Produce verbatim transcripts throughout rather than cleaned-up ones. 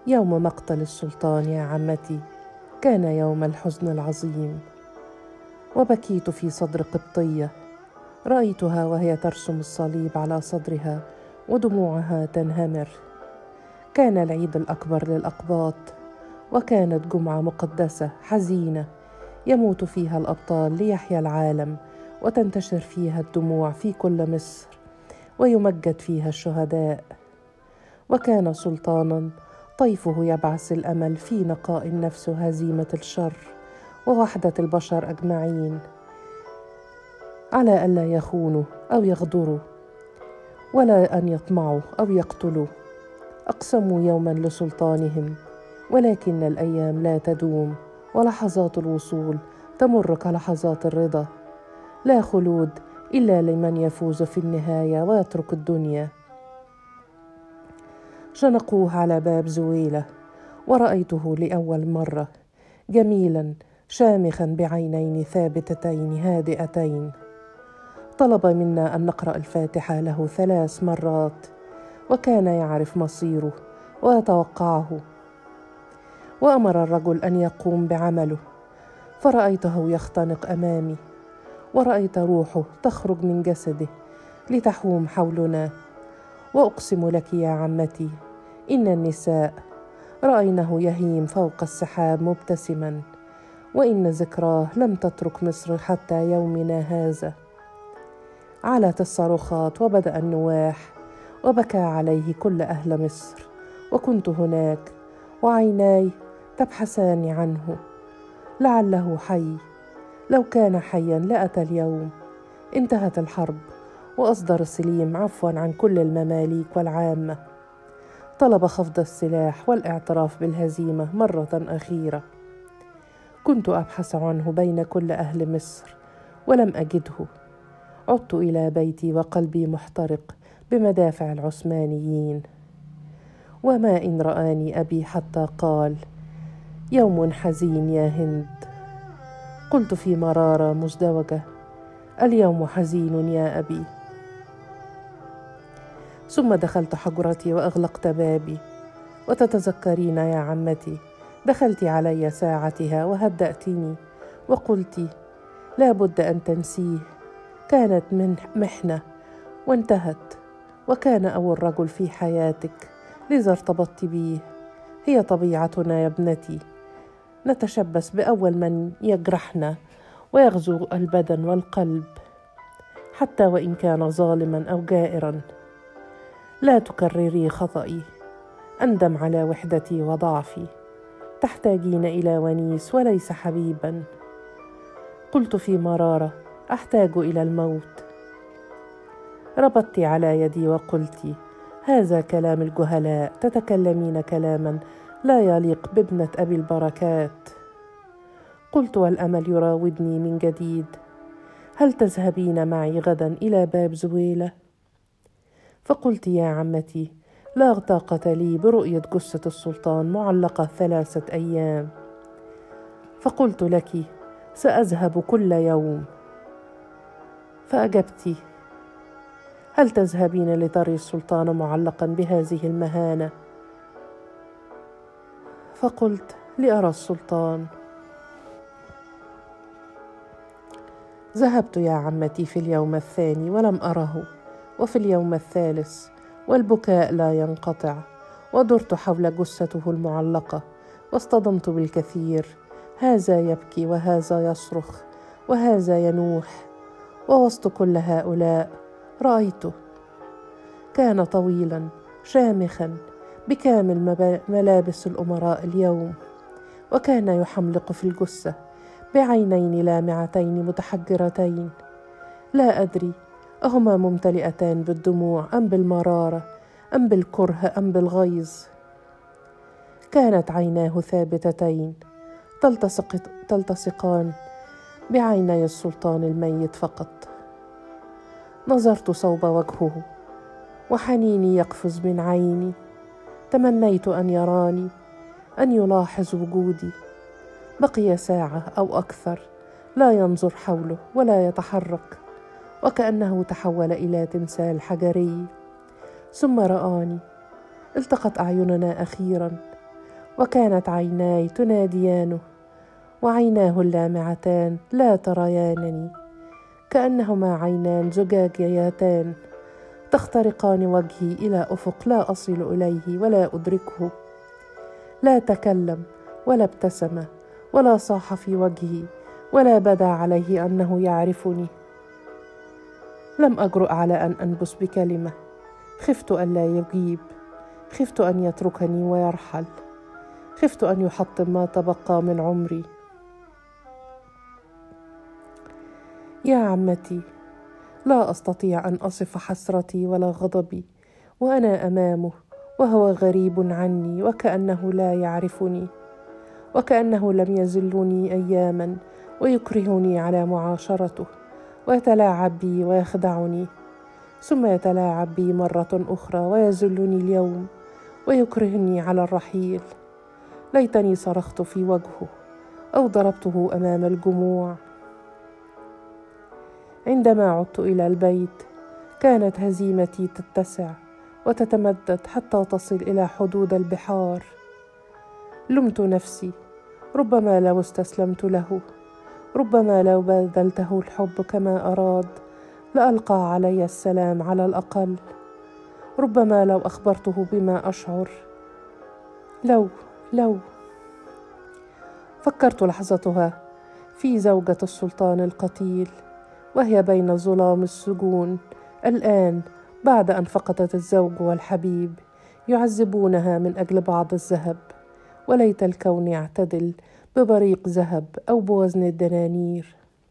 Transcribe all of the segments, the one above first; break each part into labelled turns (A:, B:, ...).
A: يوم مقتل السلطان يا عمتي كان يوم الحزن العظيم، وبكيت في صدر قبطية رأيتها وهي ترسم الصليب على صدرها ودموعها تنهمر. كان العيد الأكبر للأقباط، وكانت جمعة مقدسة حزينة يموت فيها الأبطال ليحيا العالم، وتنتشر فيها الدموع في كل مصر، ويمجد فيها الشهداء. وكان سلطانا طيفه يبعث الأمل في نقاء النفس وهزيمة الشر ووحدة البشر أجمعين، على ألا يخونوا أو يغدروا، ولا أن يطمعوا أو يقتلوا. أقسموا يوما لسلطانهم، ولكن الأيام لا تدوم، ولحظات الوصول تمر كلحظات الرضا. لا خلود إلا لمن يفوز في النهاية ويترك الدنيا. شنقوه على باب زويلة، ورأيته لأول مرة جميلا شامخا بعينين ثابتتين هادئتين. طلب منا أن نقرأ الفاتحة له ثلاث مرات، وكان يعرف مصيره ويتوقعه. وأمر الرجل أن يقوم بعمله، فرأيته يختنق أمامي، ورأيت روحه تخرج من جسده لتحوم حولنا. وأقسم لك يا عمتي إن النساء رأينه يهيم فوق السحاب مبتسما، وإن ذكراه لم تترك مصر حتى يومنا هذا. علت الصاروخات وبدأ النواح، وبكى عليه كل أهل مصر، وكنت هناك وعيناي تبحثان عنه، لعله حي. لو كان حيا لأتى اليوم. انتهت الحرب، وأصدر سليم عفوا عن كل المماليك والعامة. طلب خفض السلاح والاعتراف بالهزيمة مرة أخيرة. كنت أبحث عنه بين كل أهل مصر ولم أجده. عدت إلى بيتي وقلبي محترق بمدافع العثمانيين. وما إن رآني أبي حتى قال: يوم حزين يا هند. قلت في مرارة مزدوجة: اليوم حزين يا أبي. ثم دخلت حجرتي وأغلقت بابي. وتتذكرين يا عمتي دخلت علي ساعتها وهدأتني وقلت: لا بد أن تنسيه، كانت من محنة وانتهت، وكان أول رجل في حياتك، لذا ارتبطت بيه. هي طبيعتنا يا ابنتي، نتشبث بأول من يجرحنا ويغزو البدن والقلب، حتى وإن كان ظالما أو جائرا. لا تكرري خطئي، أندم على وحدتي وضعفي. تحتاجين إلى ونيس وليس حبيبا. قلت في مرارة: أحتاج إلى الموت. ربطت على يدي وقلت: هذا كلام الجهلاء، تتكلمين كلاما لا يليق بابنة أبي البركات. قلت والأمل يراودني من جديد: هل تذهبين معي غدا إلى باب زويلة؟ فقلت: يا عمتي لا طاقة لي برؤية جثة السلطان معلقة ثلاثة أيام. فقلت لك: سأذهب كل يوم. فأجبت: هل تذهبين لتري السلطان معلقا بهذه المهانة؟ فقلت: لأرى السلطان. ذهبت يا عمتي في اليوم الثاني ولم أره، وفي اليوم الثالث، والبكاء لا ينقطع. ودرت حول جثته المعلقة واصطدمت بالكثير، هذا يبكي وهذا يصرخ وهذا ينوح. ووسط كل هؤلاء رأيته. كان طويلا شامخا بكامل ملابس الأمراء اليوم، وكان يحملق في الجثة بعينين لامعتين متحجرتين. لا أدري أهما ممتلئتان بالدموع أم بالمرارة أم بالكره أم بالغيظ. كانت عيناه ثابتتين تلتصق تلتصقان بعيني السلطان الميت فقط. نظرت صوب وجهه وحنيني يقفز من عيني. تمنيت أن يراني، أن يلاحظ وجودي. بقي ساعة أو أكثر لا ينظر حوله ولا يتحرك، وكأنه تحول إلى تمثال حجري. ثم رآني. التقت أعيننا أخيرا. وكانت عيناي تناديانه، وعيناه اللامعتان لا تريانني، كأنهما عينان زجاجيتان تخترقان وجهي إلى أفق لا أصل إليه ولا أدركه. لا تكلم ولا ابتسم ولا صاح في وجهي ولا بدا عليه أنه يعرفني. لم أجرؤ على أن أنبس بكلمة، خفت أن لا يجيب، خفت أن يتركني ويرحل، خفت أن يحطم ما تبقى من عمري. يا عمتي، لا أستطيع أن أصف حسرتي ولا غضبي وأنا أمامه وهو غريب عني، وكأنه لا يعرفني، وكأنه لم يزلني أياما ويكرهني على معاشرته، ويتلاعب بي ويخدعني، ثم يتلاعب بي مرة أخرى ويزلني اليوم ويكرهني على الرحيل. ليتني صرخت في وجهه أو ضربته أمام الجموع. عندما عدت إلى البيت كانت هزيمتي تتسع وتتمدد حتى تصل إلى حدود البحار. لمت نفسي، ربما لو استسلمت له، ربما لو بادلته الحب كما أراد لألقى علي السلام على الأقل، ربما لو أخبرته بما أشعر. لو لو فكرت لحظتها في زوجة السلطان القتيل وهي بين ظلام السجون الآن بعد أن فقدت الزوج والحبيب، يعذبونها من أجل بعض الذهب، وليت الكون يعتدل ببريق ذهب أو بوزن الدنانير.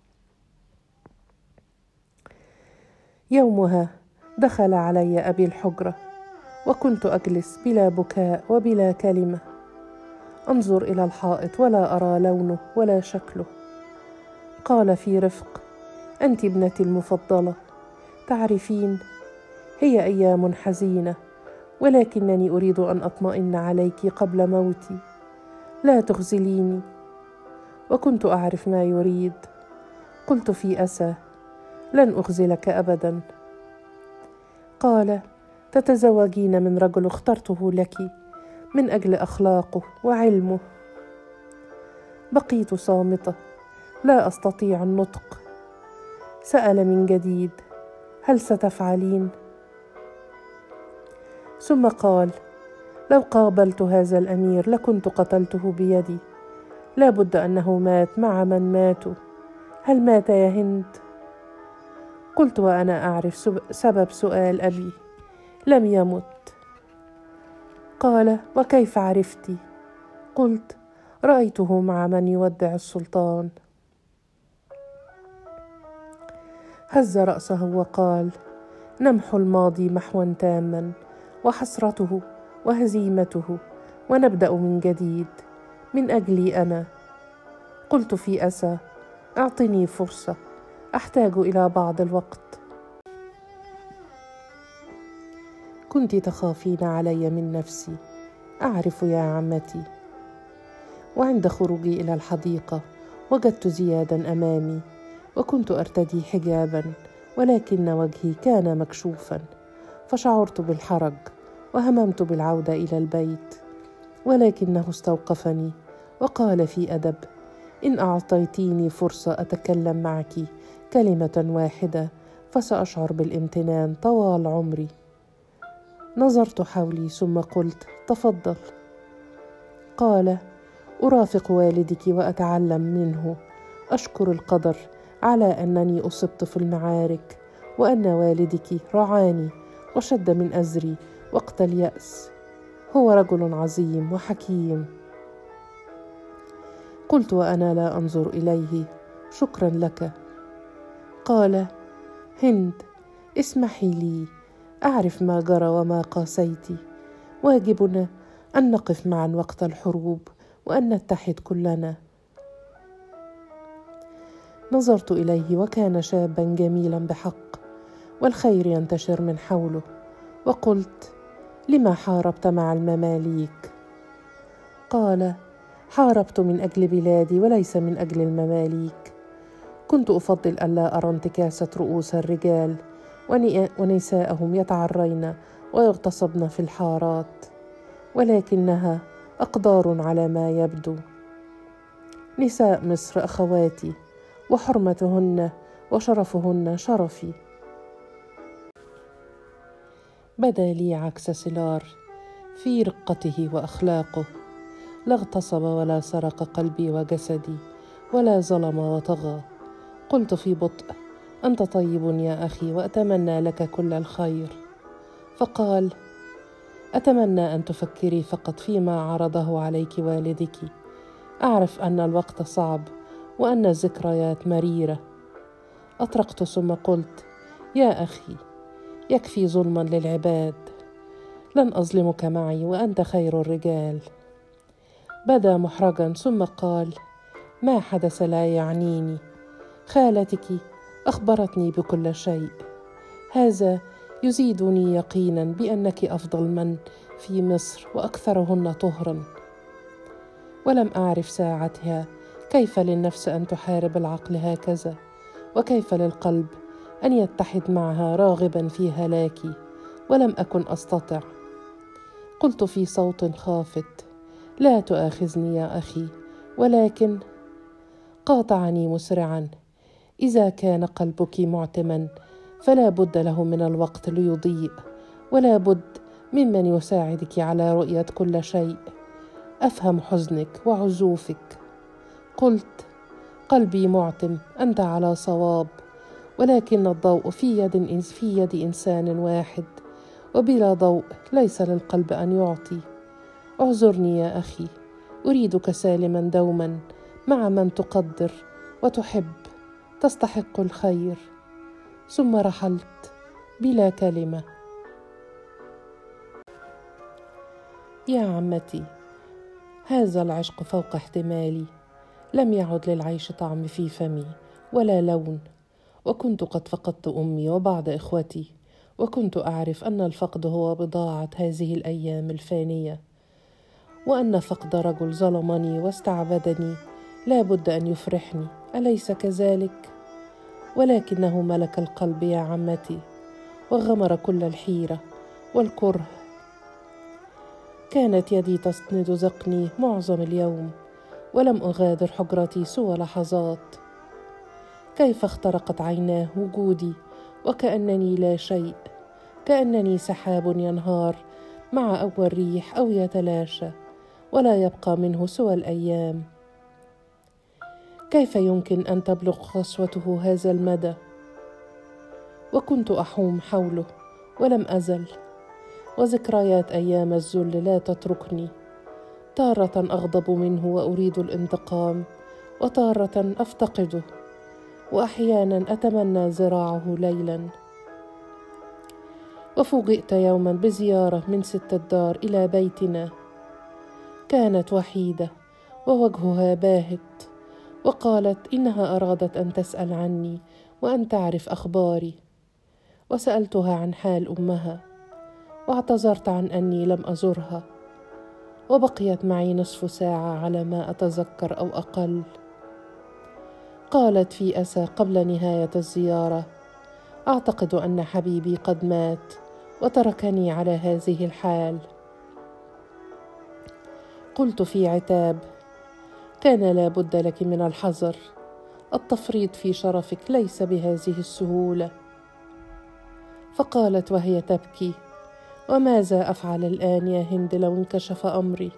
A: يومها دخل علي أبي الحجرة، وكنت أجلس بلا بكاء وبلا كلمة، أنظر إلى الحائط ولا أرى لونه ولا شكله. قال في رفق: أنت ابنتي المفضلة، تعرفين هي أيام حزينة، ولكنني أريد أن أطمئن عليك قبل موتي، لا تخذليني. وكنت أعرف ما يريد. قلت في أسى: لن أخذلك أبدا. قال: تتزوجين من رجل اخترته لك من أجل أخلاقه وعلمه. بقيت صامتة لا أستطيع النطق. سأل من جديد: هل ستفعلين؟ ثم قال: لو قابلت هذا الأمير لكنت قتلته بيدي، لا بد أنه مات مع من ماتوا. هل مات يا هند؟ قلت وأنا أعرف سبب سؤال أبي: لم يمت. قال: وكيف عرفتي؟ قلت: رأيته مع من يودع السلطان. هز رأسه وقال: نمحو الماضي محوا تاما، وحسرته وهزيمته، ونبدأ من جديد من أجلي أنا. قلت في أسى: أعطني فرصة، أحتاج إلى بعض الوقت. كنت تخافين علي من نفسي، أعرف يا عمتي. وعند خروجي إلى الحديقة وجدت زيادا أمامي، وكنت أرتدي حجابا، ولكن وجهي كان مكشوفا، فشعرت بالحرج وهممت بالعودة إلى البيت، ولكنه استوقفني وقال في أدب: إن أعطيتيني فرصة أتكلم معك كلمة واحدة فسأشعر بالامتنان طوال عمري. نظرت حولي ثم قلت: تفضل. قال: أرافق والدك وأتعلم منه، أشكر القدر على أنني أصبت في المعارك، وأن والدك رعاني وشد من أزري وقت اليأس. هو رجل عظيم وحكيم. قلت وأنا لا أنظر إليه: شكرا لك. قال: هند، اسمحي لي، أعرف ما جرى وما قاسيت، واجبنا أن نقف معا وقت الحروب وأن نتحد كلنا. نظرت إليه وكان شابا جميلا بحق، والخير ينتشر من حوله، وقلت: لما حاربت مع المماليك؟ قال: حاربت من أجل بلادي وليس من أجل المماليك. كنت أفضل ألا أرى انتكاسة رؤوس الرجال ونساءهم يتعرين ويغتصبن في الحارات، ولكنها أقدار على ما يبدو. نساء مصر أخواتي، وحرمتهن وشرفهن شرفي. بدا لي عكس سيلار في رقته وأخلاقه، لا اغتصب ولا سرق قلبي وجسدي، ولا ظلم وطغى. قلت في بطء: أنت طيب يا أخي، وأتمنى لك كل الخير. فقال: أتمنى أن تفكري فقط فيما عرضه عليك والدك. أعرف أن الوقت صعب وأن الذكريات مريرة. أطرقت ثم قلت: يا أخي، يكفي ظلما للعباد، لن أظلمك معي وأنت خير الرجال. بدا محرجا ثم قال: ما حدث لا يعنيني، خالتك أخبرتني بكل شيء. هذا يزيدني يقينا بأنك أفضل من في مصر وأكثرهن طهرا. ولم أعرف ساعتها كيف للنفس أن تحارب العقل هكذا، وكيف للقلب أن يتحد معها راغبا في هلاكي، ولم أكن أستطع. قلت في صوت خافت: لا تؤاخذني يا أخي. ولكن قاطعني مسرعا: إذا كان قلبك معتما فلا بد له من الوقت ليضيء، ولا بد ممن يساعدك على رؤية كل شيء. أفهم حزنك وعزوفك. قلت: قلبي معتم، أنت على صواب، ولكن الضوء في يد في يد إنسان واحد، وبلا ضوء ليس للقلب أن يعطي. اعذرني يا أخي، أريدك سالما دوما مع من تقدر وتحب، تستحق الخير. ثم رحلت بلا كلمة. يا عمتي، هذا العشق فوق احتمالي. لم يعد للعيش طعم في فمي ولا لون، وكنت قد فقدت أمي وبعض إخوتي، وكنت أعرف أن الفقد هو بضاعة هذه الأيام الفانية، وأن فقد رجل ظلمني واستعبدني لا بد أن يفرحني، أليس كذلك؟ ولكنه ملك القلب يا عمتي، وغمر كل الحيرة والكره. كانت يدي تسند ذقني معظم اليوم، ولم أغادر حجرتي سوى لحظات. كيف اخترقت عيناه وجودي، وكأنني لا شيء، كأنني سحاب ينهار مع أول ريح أو يتلاشى، ولا يبقى منه سوى الأيام. كيف يمكن أن تبلغ قسوته هذا المدى؟ وكنت أحوم حوله ولم أزل، وذكريات أيام الذل لا تتركني. تارة أغضب منه وأريد الانتقام، وتارة أفتقده، وأحيانا أتمنى ذراعه ليلا. وفوجئت يوما بزيارة من ست الدار إلى بيتنا. كانت وحيدة ووجهها باهت، وقالت إنها أرادت أن تسأل عني وأن تعرف أخباري. وسألتها عن حال أمها، واعتذرت عن أني لم أزرها، وبقيت معي نصف ساعة على ما أتذكر أو أقل. قالت في أسى قبل نهاية الزيارة: أعتقد أن حبيبي قد مات وتركني على هذه الحال. قلت في عتاب: كان لا بد لك من الحذر، التفريط في شرفك ليس بهذه السهولة. فقالت وهي تبكي: وماذا أفعل الآن يا هند لو انكشف أمري؟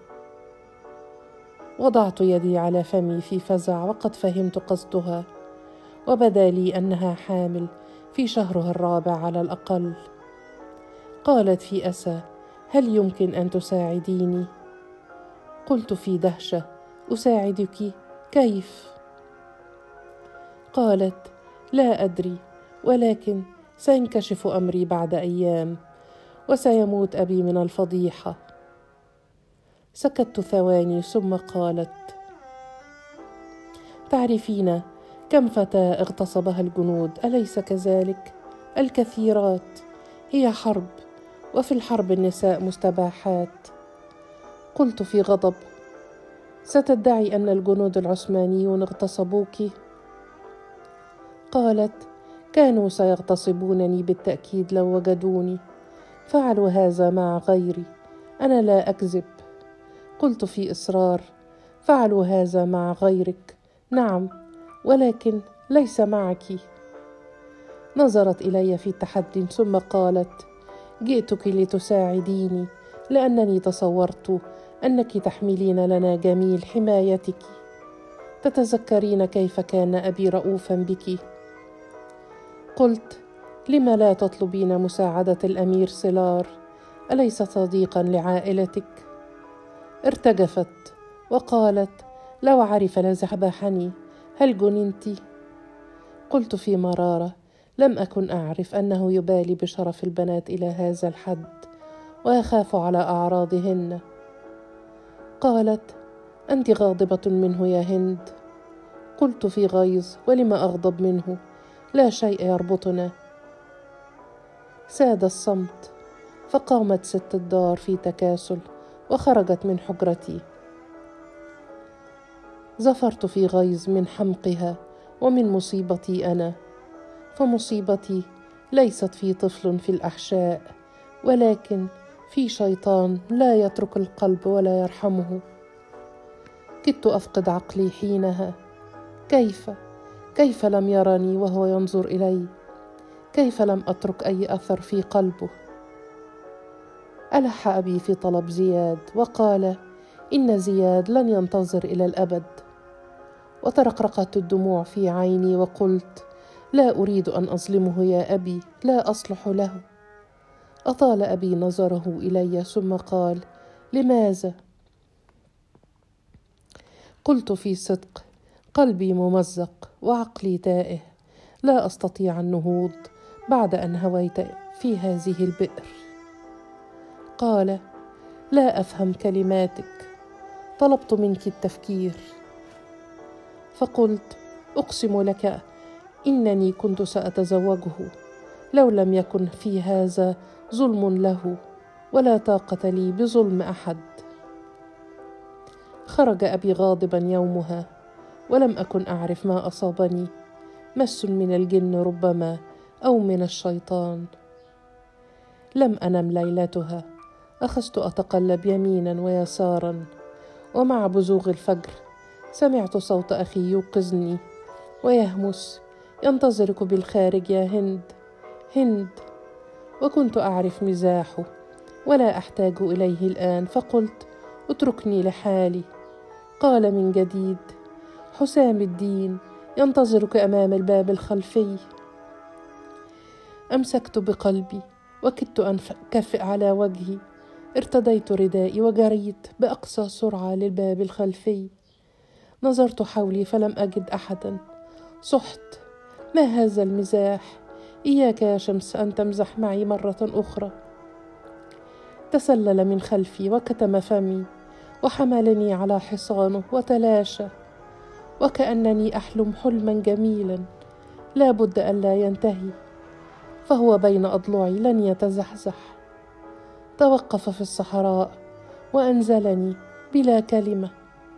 A: وضعت يدي على فمي في فزع، وقد فهمت قصدها، وبدا لي أنها حامل في شهرها الرابع على الأقل. قالت في أسى: هل يمكن أن تساعديني؟ قلت في دهشة: أساعدك كيف؟ قالت: لا أدري، ولكن سينكشف أمري بعد أيام، وسيموت أبي من الفضيحة. سكت ثواني ثم قالت: تعرفين كم فتاة اغتصبها الجنود، أليس كذلك؟ الكثيرات. هي حرب، وفي الحرب النساء مستباحات. قلت في غضب: ستدعي أن الجنود العثمانيون اغتصبوك؟ قالت: كانوا سيغتصبونني بالتأكيد لو وجدوني، فعلوا هذا مع غيري، أنا لا أكذب. قلت في إصرار: فعلوا هذا مع غيرك. نعم، ولكن ليس معك. نظرت إلي في تحدي ثم قالت: جئتك لتساعديني، لأنني تصورت أنك تحملين لنا جميل حمايتك. تتذكرين كيف كان أبي رؤوفا بك. قلت: لم لا تطلبين مساعدة الأمير سيلار؟ أليس صديقا لعائلتك؟ ارتجفت وقالت: لو عرف لذبحني. هل جننت؟ قلت في مرارة: لم أكن أعرف أنه يبالي بشرف البنات إلى هذا الحد ويخاف على أعراضهن. قالت: أنت غاضبة منه يا هند. قلت في غيظ: ولم أغضب منه؟ لا شيء يربطنا. ساد الصمت، فقامت ست الدار في تكاسل وخرجت من حجرتي. زفرت في غيظ من حمقها ومن مصيبتي أنا، فمصيبتي ليست في طفل في الأحشاء، ولكن في شيطان لا يترك القلب ولا يرحمه. كدت أفقد عقلي حينها. كيف كيف لم يرني وهو ينظر إلي؟ كيف لم أترك أي أثر في قلبه؟ ألح أبي في طلب زياد وقال: إن زياد لن ينتظر إلى الأبد. وترقرقت الدموع في عيني وقلت: لا أريد أن أظلمه يا أبي، لا أصلح له. أطال أبي نظره إلي ثم قال: لماذا؟ قلت في صدق: قلبي ممزق وعقلي تائه، لا أستطيع النهوض بعد أن هويت في هذه البئر. قال: لا أفهم كلماتك، طلبت منك التفكير. فقلت: أقسم لك إنني كنت سأتزوجه لو لم يكن في هذا ظلم له، ولا طاقة لي بظلم أحد. خرج أبي غاضبا يومها، ولم أكن أعرف ما أصابني، مس من الجن ربما أو من الشيطان. لم أنم ليلتها، أخذت أتقلب يمينا ويسارا، ومع بزوغ الفجر سمعت صوت أخي يوقظني ويهمس: ينتظرك بالخارج يا هند، هند. وكنت أعرف مزاحه ولا أحتاج إليه الآن، فقلت: اتركني لحالي. قال من جديد: حسام الدين ينتظرك أمام الباب الخلفي. أمسكت بقلبي وكدت أن أكفئ على وجهي. ارتديت ردائي وجريت بأقصى سرعة للباب الخلفي. نظرت حولي فلم أجد أحدا. صحت: ما هذا المزاح؟ إياك يا شمس أن تمزح معي مرة أخرى. تسلل من خلفي وكتم فمي وحملني على حصانه وتلاشى، وكأنني أحلم حلما جميلا لا بد ألا ينتهي، فهو بين أضلعي لن يتزحزح. توقف في الصحراء وأنزلني بلا كلمة.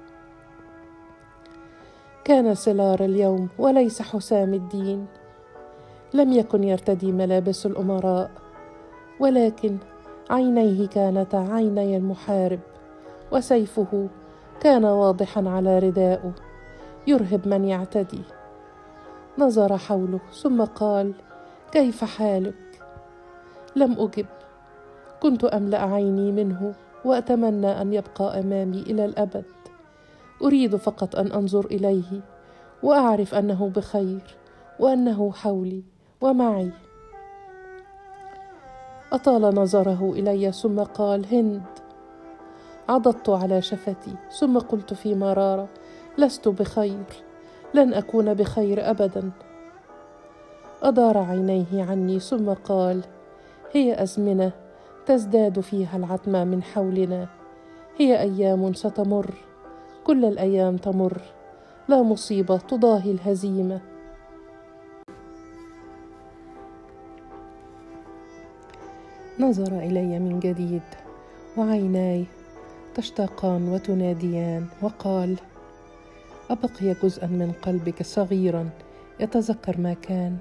A: كان سيلار اليوم وليس حسام الدين. لم يكن يرتدي ملابس الأمراء، ولكن عينيه كانتا عيني المحارب، وسيفه كان واضحا على ردائه يرهب من يعتدي. نظر حوله ثم قال: كيف حالك؟ لم أجب. كنت أملأ عيني منه وأتمنى أن يبقى أمامي إلى الأبد. أريد فقط أن أنظر إليه وأعرف أنه بخير وأنه حولي ومعي. أطال نظره إلي ثم قال: هند. عضضت على شفتي ثم قلت في مرارة: لست بخير، لن أكون بخير أبدا. أدار عينيه عني ثم قال: هي أزمنة تزداد فيها العتمة من حولنا، هي أيام ستمر، كل الأيام تمر، لا مصيبة تضاهي الهزيمة. نظر إلي من جديد وعيناي تشتاقان وتناديان، وقال: أبقي جزءا من قلبك صغيرا يتذكر ما كان؟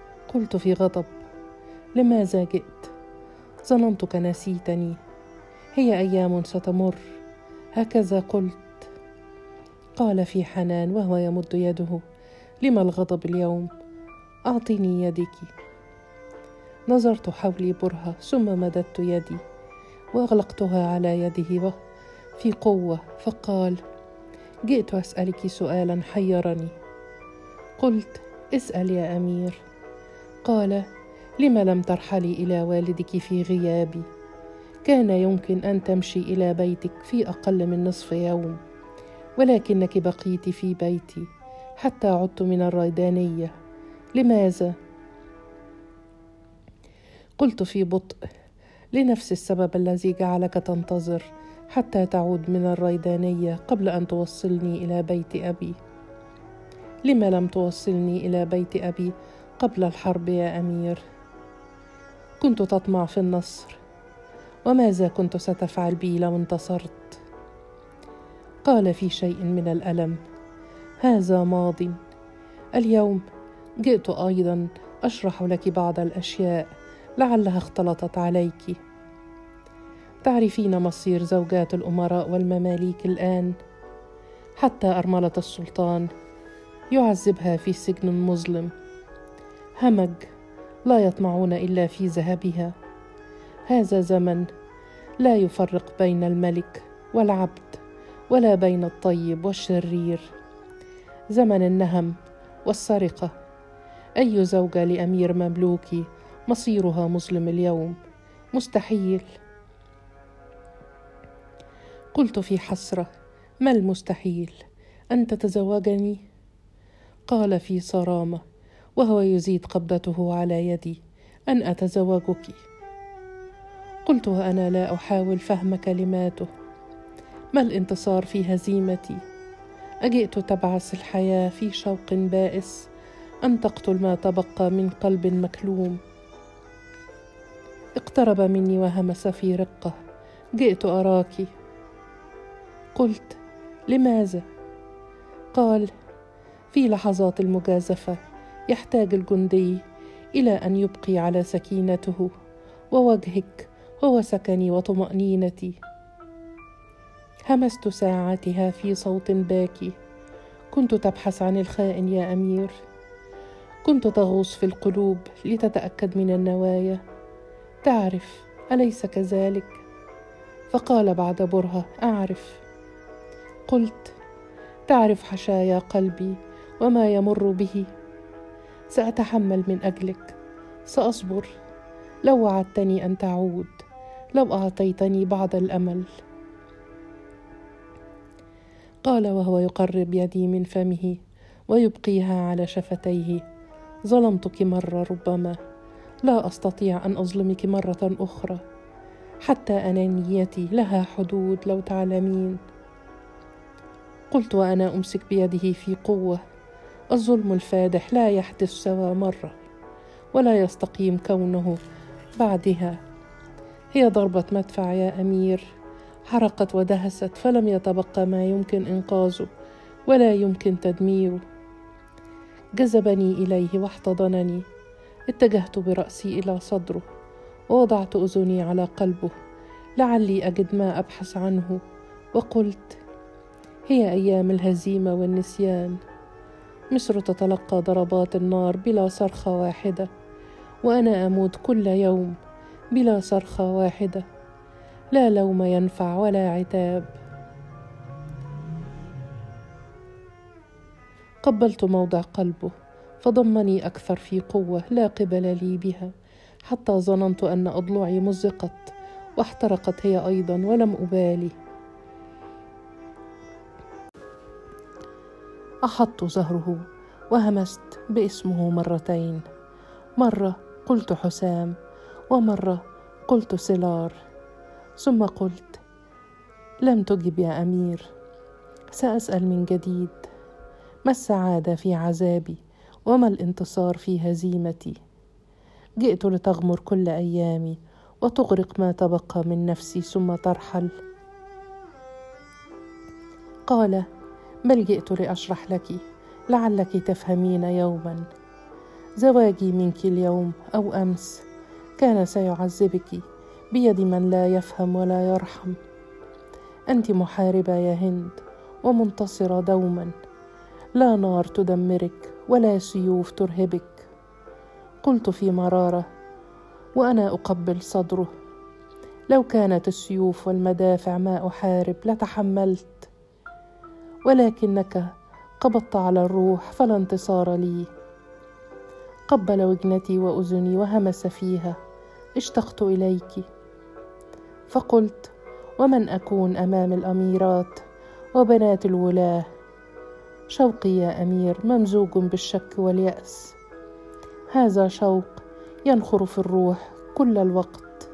A: قلت في غضب: لماذا جئت؟ ظننتك نسيتني. هي أيام ستمر، هكذا قلت. قال في حنان وهو يمد يده: لم الغضب اليوم؟ أعطني يدك. نظرت حولي برهة، ثم مددت يدي وأغلقتها على يده في قوة، فقال: جئت أسألك سؤالا حيرني. قلت: اسأل يا أمير. قال: لم لم ترحلي إلى والدك في غيابي؟ كان يمكن أن تمشي إلى بيتك في أقل من نصف يوم، ولكنك بقيت في بيتي حتى عدت من الريدانية. لماذا؟ قلت في بطء: لنفس السبب الذي جعلك تنتظر حتى تعود من الريدانية قبل أن توصلني إلى بيت أبي. لم لم توصلني إلى بيت أبي قبل الحرب يا أمير؟ كنت تطمع في النصر، وماذا كنت ستفعل بي لو انتصرت؟ قال في شيء من الألم: هذا ماض. اليوم جئت أيضا أشرح لك بعض الأشياء لعلها اختلطت عليك. تعرفين مصير زوجات الأمراء والمماليك الآن؟ حتى أرملة السلطان يعذبها في سجن مظلم، همج لا يطمعون إلا في ذهبها. هذا زمن لا يفرق بين الملك والعبد، ولا بين الطيب والشرير، زمن النهم والسرقة. أي زوجة لأمير مملوكي مصيرها مظلم اليوم؟ مستحيل. قلت في حسرة: ما المستحيل؟ أن تتزوجني؟ قال في صرامة وهو يزيد قبضته على يدي: أن أتزوجك. قلت وأنا لا أحاول فهم كلماته: ما الانتصار في هزيمتي؟ أجئت تبعث الحياة في شوق بائس، أم تقتل ما تبقى من قلب مكلوم؟ اقترب مني وهمس في رقة: جئت أراك. قلت: لماذا؟ قال: في لحظات المجازفة يحتاج الجندي إلى أن يبقي على سكينته، ووجهك هو سكني وطمأنينتي. همست ساعاتها في صوت باكي: كنت تبحث عن الخائن يا أمير، كنت تغوص في القلوب لتتأكد من النوايا، تعرف أليس كذلك؟ فقال بعد برهة: أعرف. قلت: تعرف حشايا قلبي وما يمر به؟ سأتحمل من أجلك، سأصبر، لو وعدتني أن تعود، لو أعطيتني بعض الأمل. قال وهو يقرب يدي من فمه ويبقيها على شفتيه: ظلمتك مرة، ربما لا أستطيع أن أظلمك مرة أخرى، حتى أنانيتي لها حدود لو تعلمين. قلت وأنا أمسك بيده في قوة: الظلم الفادح لا يحدث سوى مرة، ولا يستقيم كونه بعدها. هي ضربة مدفع يا أمير، حرقت ودهست فلم يتبقى ما يمكن إنقاذه ولا يمكن تدميره. جذبني إليه واحتضنني، اتجهت برأسي إلى صدره ووضعت أذني على قلبه لعلي أجد ما أبحث عنه، وقلت: هي أيام الهزيمة والنسيان. مصر تتلقى ضربات النار بلا صرخة واحدة، وأنا أموت كل يوم بلا صرخة واحدة، لا لوم ينفع ولا عتاب. قبلت موضع قلبه فضمني أكثر في قوة لا قبل لي بها، حتى ظننت أن أضلعي مزقت واحترقت هي أيضا، ولم أبالي. أحط ظهره وهمست باسمه مرتين، مرة قلت حسام، ومرة قلت سلار، ثم قلت: لم تجب يا أمير، سأسأل من جديد: ما السعادة في عذابي؟ وما الانتصار في هزيمتي؟ جئت لتغمر كل أيامي وتغرق ما تبقى من نفسي ثم ترحل. قال: بل جئت لأشرح لك لعلك تفهمين يوما. زواجي منك اليوم أو أمس كان سيعذبك بيد من لا يفهم ولا يرحم. أنت محاربة يا هند ومنتصرة دوما، لا نار تدمرك ولا سيوف ترهبك. قلت في مرارة وأنا أقبل صدره: لو كانت السيوف والمدافع ما أحارب لتحملت، ولكنك قبضت على الروح فلا انتصار لي. قبل وجنتي وأذني وهمس فيها: اشتقت إليك. فقلت: ومن أكون أمام الأميرات وبنات الولاة؟ شوقي يا أمير ممزوج بالشك واليأس، هذا شوق ينخر في الروح كل الوقت.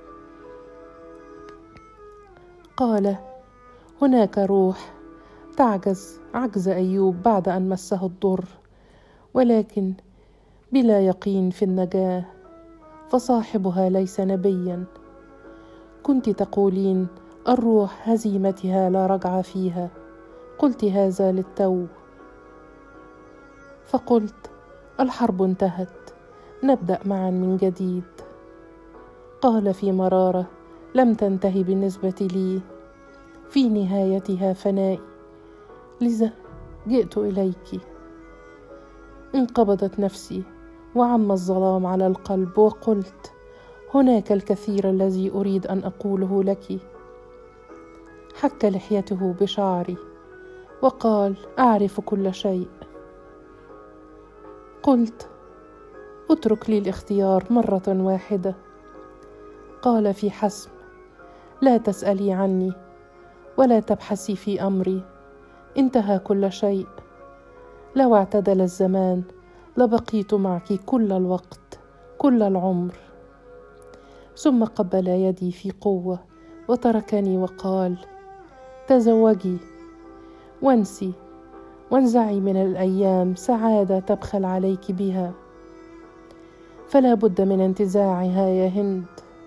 A: قال: هناك روح تعجز عجز أيوب بعد أن مسه الضر، ولكن بلا يقين في النجاة، فصاحبها ليس نبيا. كنت تقولين الروح هزيمتها لا رجع فيها، قلت هذا للتو. فقلت: الحرب انتهت، نبدأ معا من جديد. قال في مرارة: لم تنتهي بالنسبة لي، في نهايتها فنائي، لذا جئت إليك. انقبضت نفسي وعم الظلام على القلب، وقلت: هناك الكثير الذي أريد أن أقوله لك. حك لحيته بشعري وقال: أعرف كل شيء. قلت: اترك لي الاختيار مرة واحدة. قال في حسم: لا تسألي عني ولا تبحثي في أمري، انتهى كل شيء. لو اعتدل الزمان لبقيت معك كل الوقت، كل العمر. ثم قبل يدي في قوة وتركني وقال: تزوجي وانسي وانزعي من الأيام سعادة تبخل عليك بها، فلا بد من انتزاعها يا هند.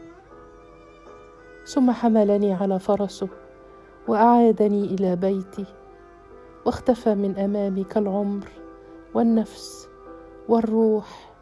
A: ثم حملني على فرسه وأعادني إلى بيتي، واختفى من أمامي كالعمر والنفس والروح.